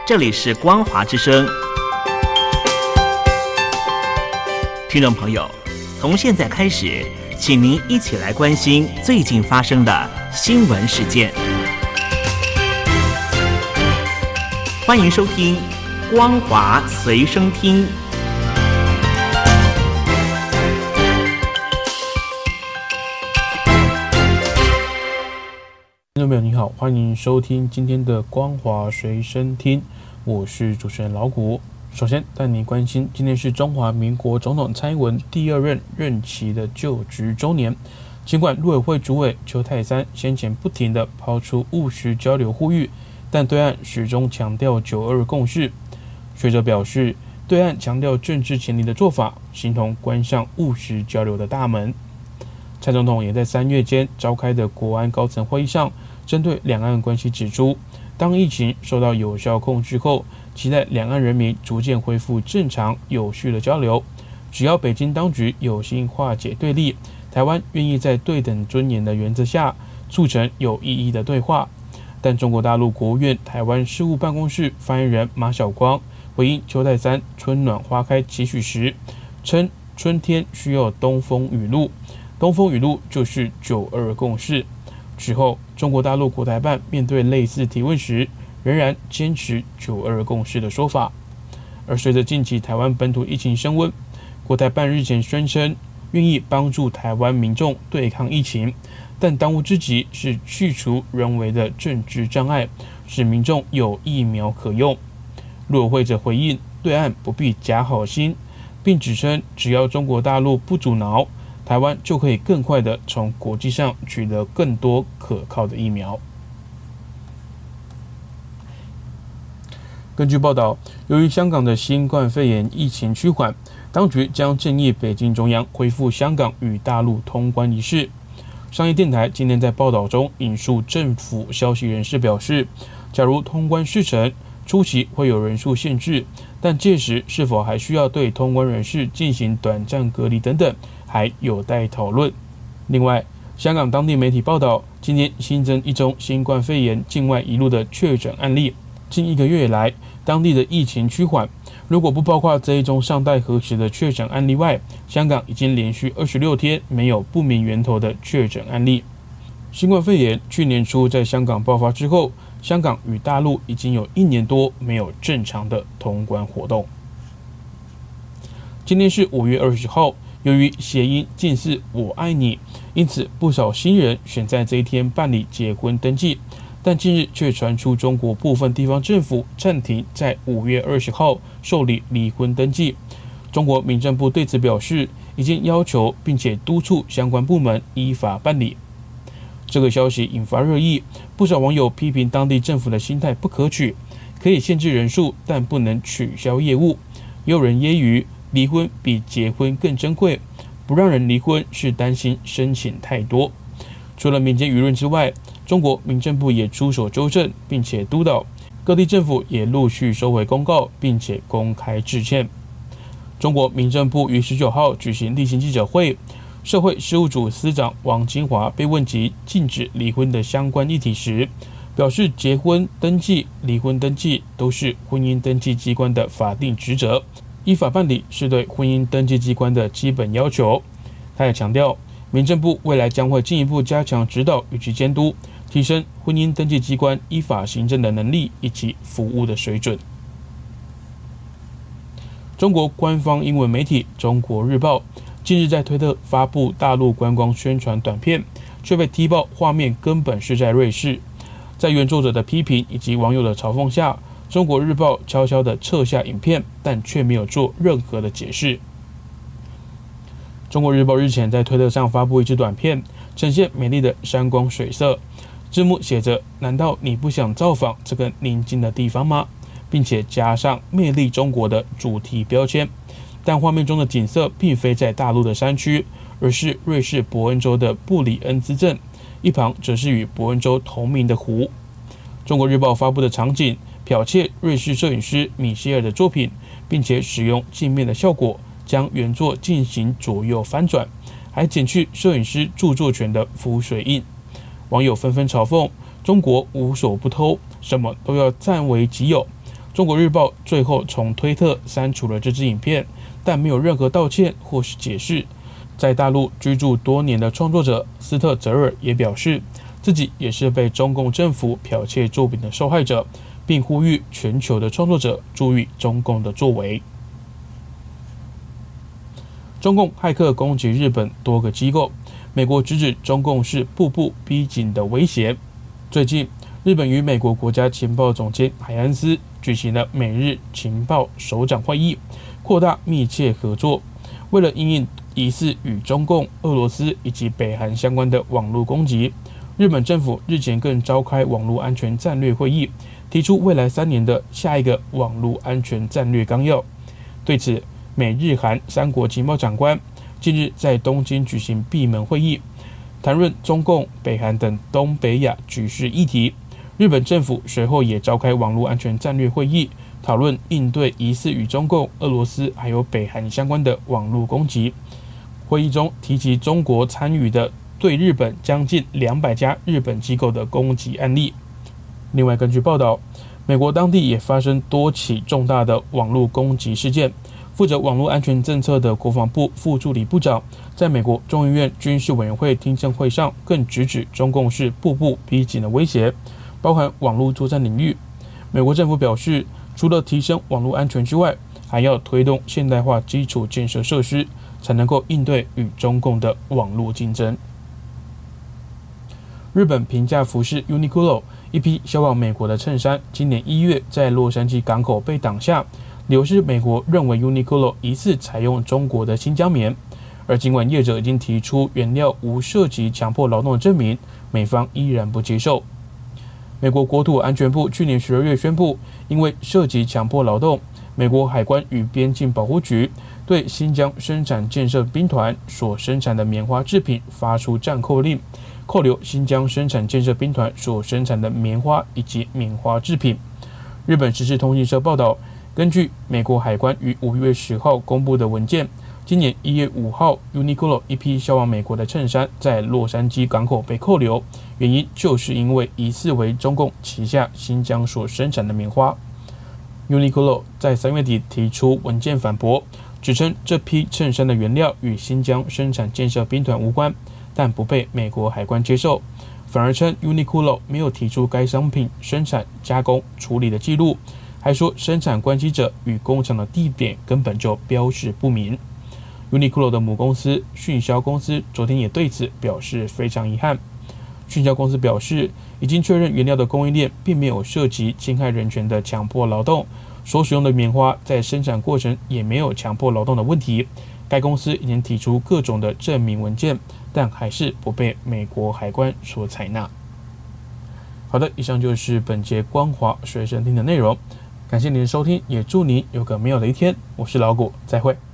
这里是光华之声。听众朋友，从现在开始，请您一起来关心最近发生的新闻事件。欢迎收听光华随声听。 听众朋友您好，欢迎收听今天的光华随身听，我是主持人老谷。首先带您关心，今天是中华民国总统蔡英文第2任任期的就职周年。尽管陆委会主委邱太三先前不停地抛出务实交流呼吁，但对岸始终强调9·2共识。学者表示，对岸强调政治前提的做法，形同关上务实交流的大门。蔡总统也在3月间召开的国安高层会议上，针对两岸关系指出，当疫情受到有效控制后，期待两岸人民逐渐恢复正常有序的交流。只要北京当局有心化解对立，台湾愿意在对等尊严的原则下促成有意义的对话。但中国大陆国务院台湾事务办公室发言人马晓光回应邱太三春暖花开期许时，称春天需要东风雨露，东风雨露就是9·2共识。之后，中国大陆国台办面对类似提问时，仍然坚持9·2共识的说法。而随着近期台湾本土疫情升温，国台办日前宣称愿意帮助台湾民众对抗疫情，但当务之急是去除人为的政治障碍，使民众有疫苗可用。陆委会则回应对岸不必假好心，并指称只要中国大陆不阻挠，台湾就可以更快地从国际上取得更多可靠的疫苗。根据报道，由于香港的新冠肺炎疫情趋缓，当局将建议北京中央恢复香港与大陆通关一事。商业电台今天在报道中引述政府消息人士表示，假如通关事成，初期会有人数限制，但届时是否还需要对通关人士进行短暂隔离等等，还有待讨论。另外，香港当地媒体报道，今天新增一宗新冠肺炎境外移入的确诊案例。近1个月以来，当地的疫情趋缓，如果不包括这一宗尚待核实的确诊案例外，香港已经连续26天没有不明源头的确诊案例。新冠肺炎去年初在香港爆发之后，香港与大陆已经有1年多没有正常的通关活动。今天是5月20号，由于谐音近似我爱你，因此不少新人选在这一天办理结婚登记。但近日却传出中国部分地方政府暂停在5月20号受理离婚登记。中国民政部对此表示，已经要求并且督促相关部门依法办理。这个消息引发热议，不少网友批评当地政府的心态不可取，可以限制人数，但不能取消业务。也有人揶揄离婚比结婚更珍贵，不让人离婚是担心申请太多。除了民间舆论之外，中国民政部也出手纠正，并且督导各地政府也陆续收回公告，并且公开致歉。中国民政部于19号举行例行记者会，社会事务组司长王金华被问及禁止离婚的相关议题时，表示结婚登记、离婚登记都是婚姻登记机关的法定职责，依法办理是对婚姻登记机关的基本要求。他也强调，民政部未来将会进一步加强指导以及监督，提升婚姻登记机关依法行政的能力以及服务的水准。中国官方英文媒体《中国日报》近日在推特发布大陆观光宣传短片，却被踢爆画面根本是在瑞士。在原作者的批评以及网友的嘲讽下，《中国日报》悄悄地撤下影片，但却没有做任何的解释。中国日报日前在推特上发布一支短片，呈现美丽的山光水色，字幕写着“难道你不想造访这个宁静的地方吗？”并且加上“魅力中国”的主题标签。但画面中的景色并非在大陆的山区，而是瑞士伯恩州的布里恩兹镇，一旁则是与伯恩州同名的湖。中国日报发布的场景剽窃瑞士摄影师米歇尔的作品，并且使用镜面的效果将原作进行左右翻转，还减去摄影师著作权的浮水印。网友纷纷嘲讽中国无所不偷，什么都要占为己有。 中国日报最后从推特删除了这支影片，但没有任何道歉或是解释。在大陆居住多年的创作者斯特泽尔也表示，自己也是被中共政府剽窃作品的受害者，并呼吁全球的创作者注意中共的作为。中共骇客攻击日本多个机构，美国直指中共是步步逼紧的威胁。最近，日本与美国国家情报总监海恩斯举行了美日情报首长会议，扩大密切合作。为了因应疑似与中共、俄罗斯以及北韩相关的网络攻击，日本政府日前更召开网络安全战略会议，提出未来3年的下一个网络安全战略纲要。对此，美日韩3国情报长官近日在东京举行闭门会议，谈论中共、北韩等东北亚局势议题。日本政府随后也召开网络安全战略会议，讨论应对疑似与中共、俄罗斯还有北韩相关的网络攻击。会议中提及中国参与的对日本将近200家日本机构的攻击案例。另外，根据报道，美国当地也发生多起重大的网络攻击事件。负责网络安全政策的国防部副助理部长，在美国众议院军事委员会听证会上，更直指中共是步步逼紧的威胁，包含网络作战领域。美国政府表示，除了提升网络安全之外，还要推动现代化基础建设设施，才能够应对与中共的网络竞争。日本平价服饰 Uniqlo 一批销往美国的衬衫，今年1月在洛杉矶港口被挡下，理由是美国认为 Uniqlo 疑似采用中国的新疆棉。而尽管业者已经提出原料无涉及强迫劳动的证明，美方依然不接受。美国国土安全部去年12月宣布，因为涉及强迫劳动，美国海关与边境保护局对新疆生产建设兵团所生产的棉花制品发出暂扣令，扣留新疆生产建设兵团所生产的棉花以及棉花制品。日本时事通讯社报道，根据美国海关于5月10号公布的文件，今年1月5号 Uniqlo 一批销往美国的衬衫在洛杉矶港口被扣留，原因就是因为疑似为中共旗下新疆所生产的棉花。Uniqlo 在3月底提出文件反驳，指称这批衬衫的原料与新疆生产建设兵团无关，但不被美国海关接受，反而称 Uniqlo 没有提出该商品生产、加工、处理的记录，还说生产关系者与工厂的地点根本就标示不明。Uniqlo 的母公司迅销公司昨天也对此表示非常遗憾。迅销公司表示，已经确认原料的供应链并没有涉及侵害人权的强迫劳动，所使用的棉花在生产过程也没有强迫劳动的问题。该公司已经提出各种的证明文件，但还是不被美国海关所采纳。好的，以上就是本节光华随身听的内容，感谢您的收听，也祝您有个美好的一天。我是老谷，再会。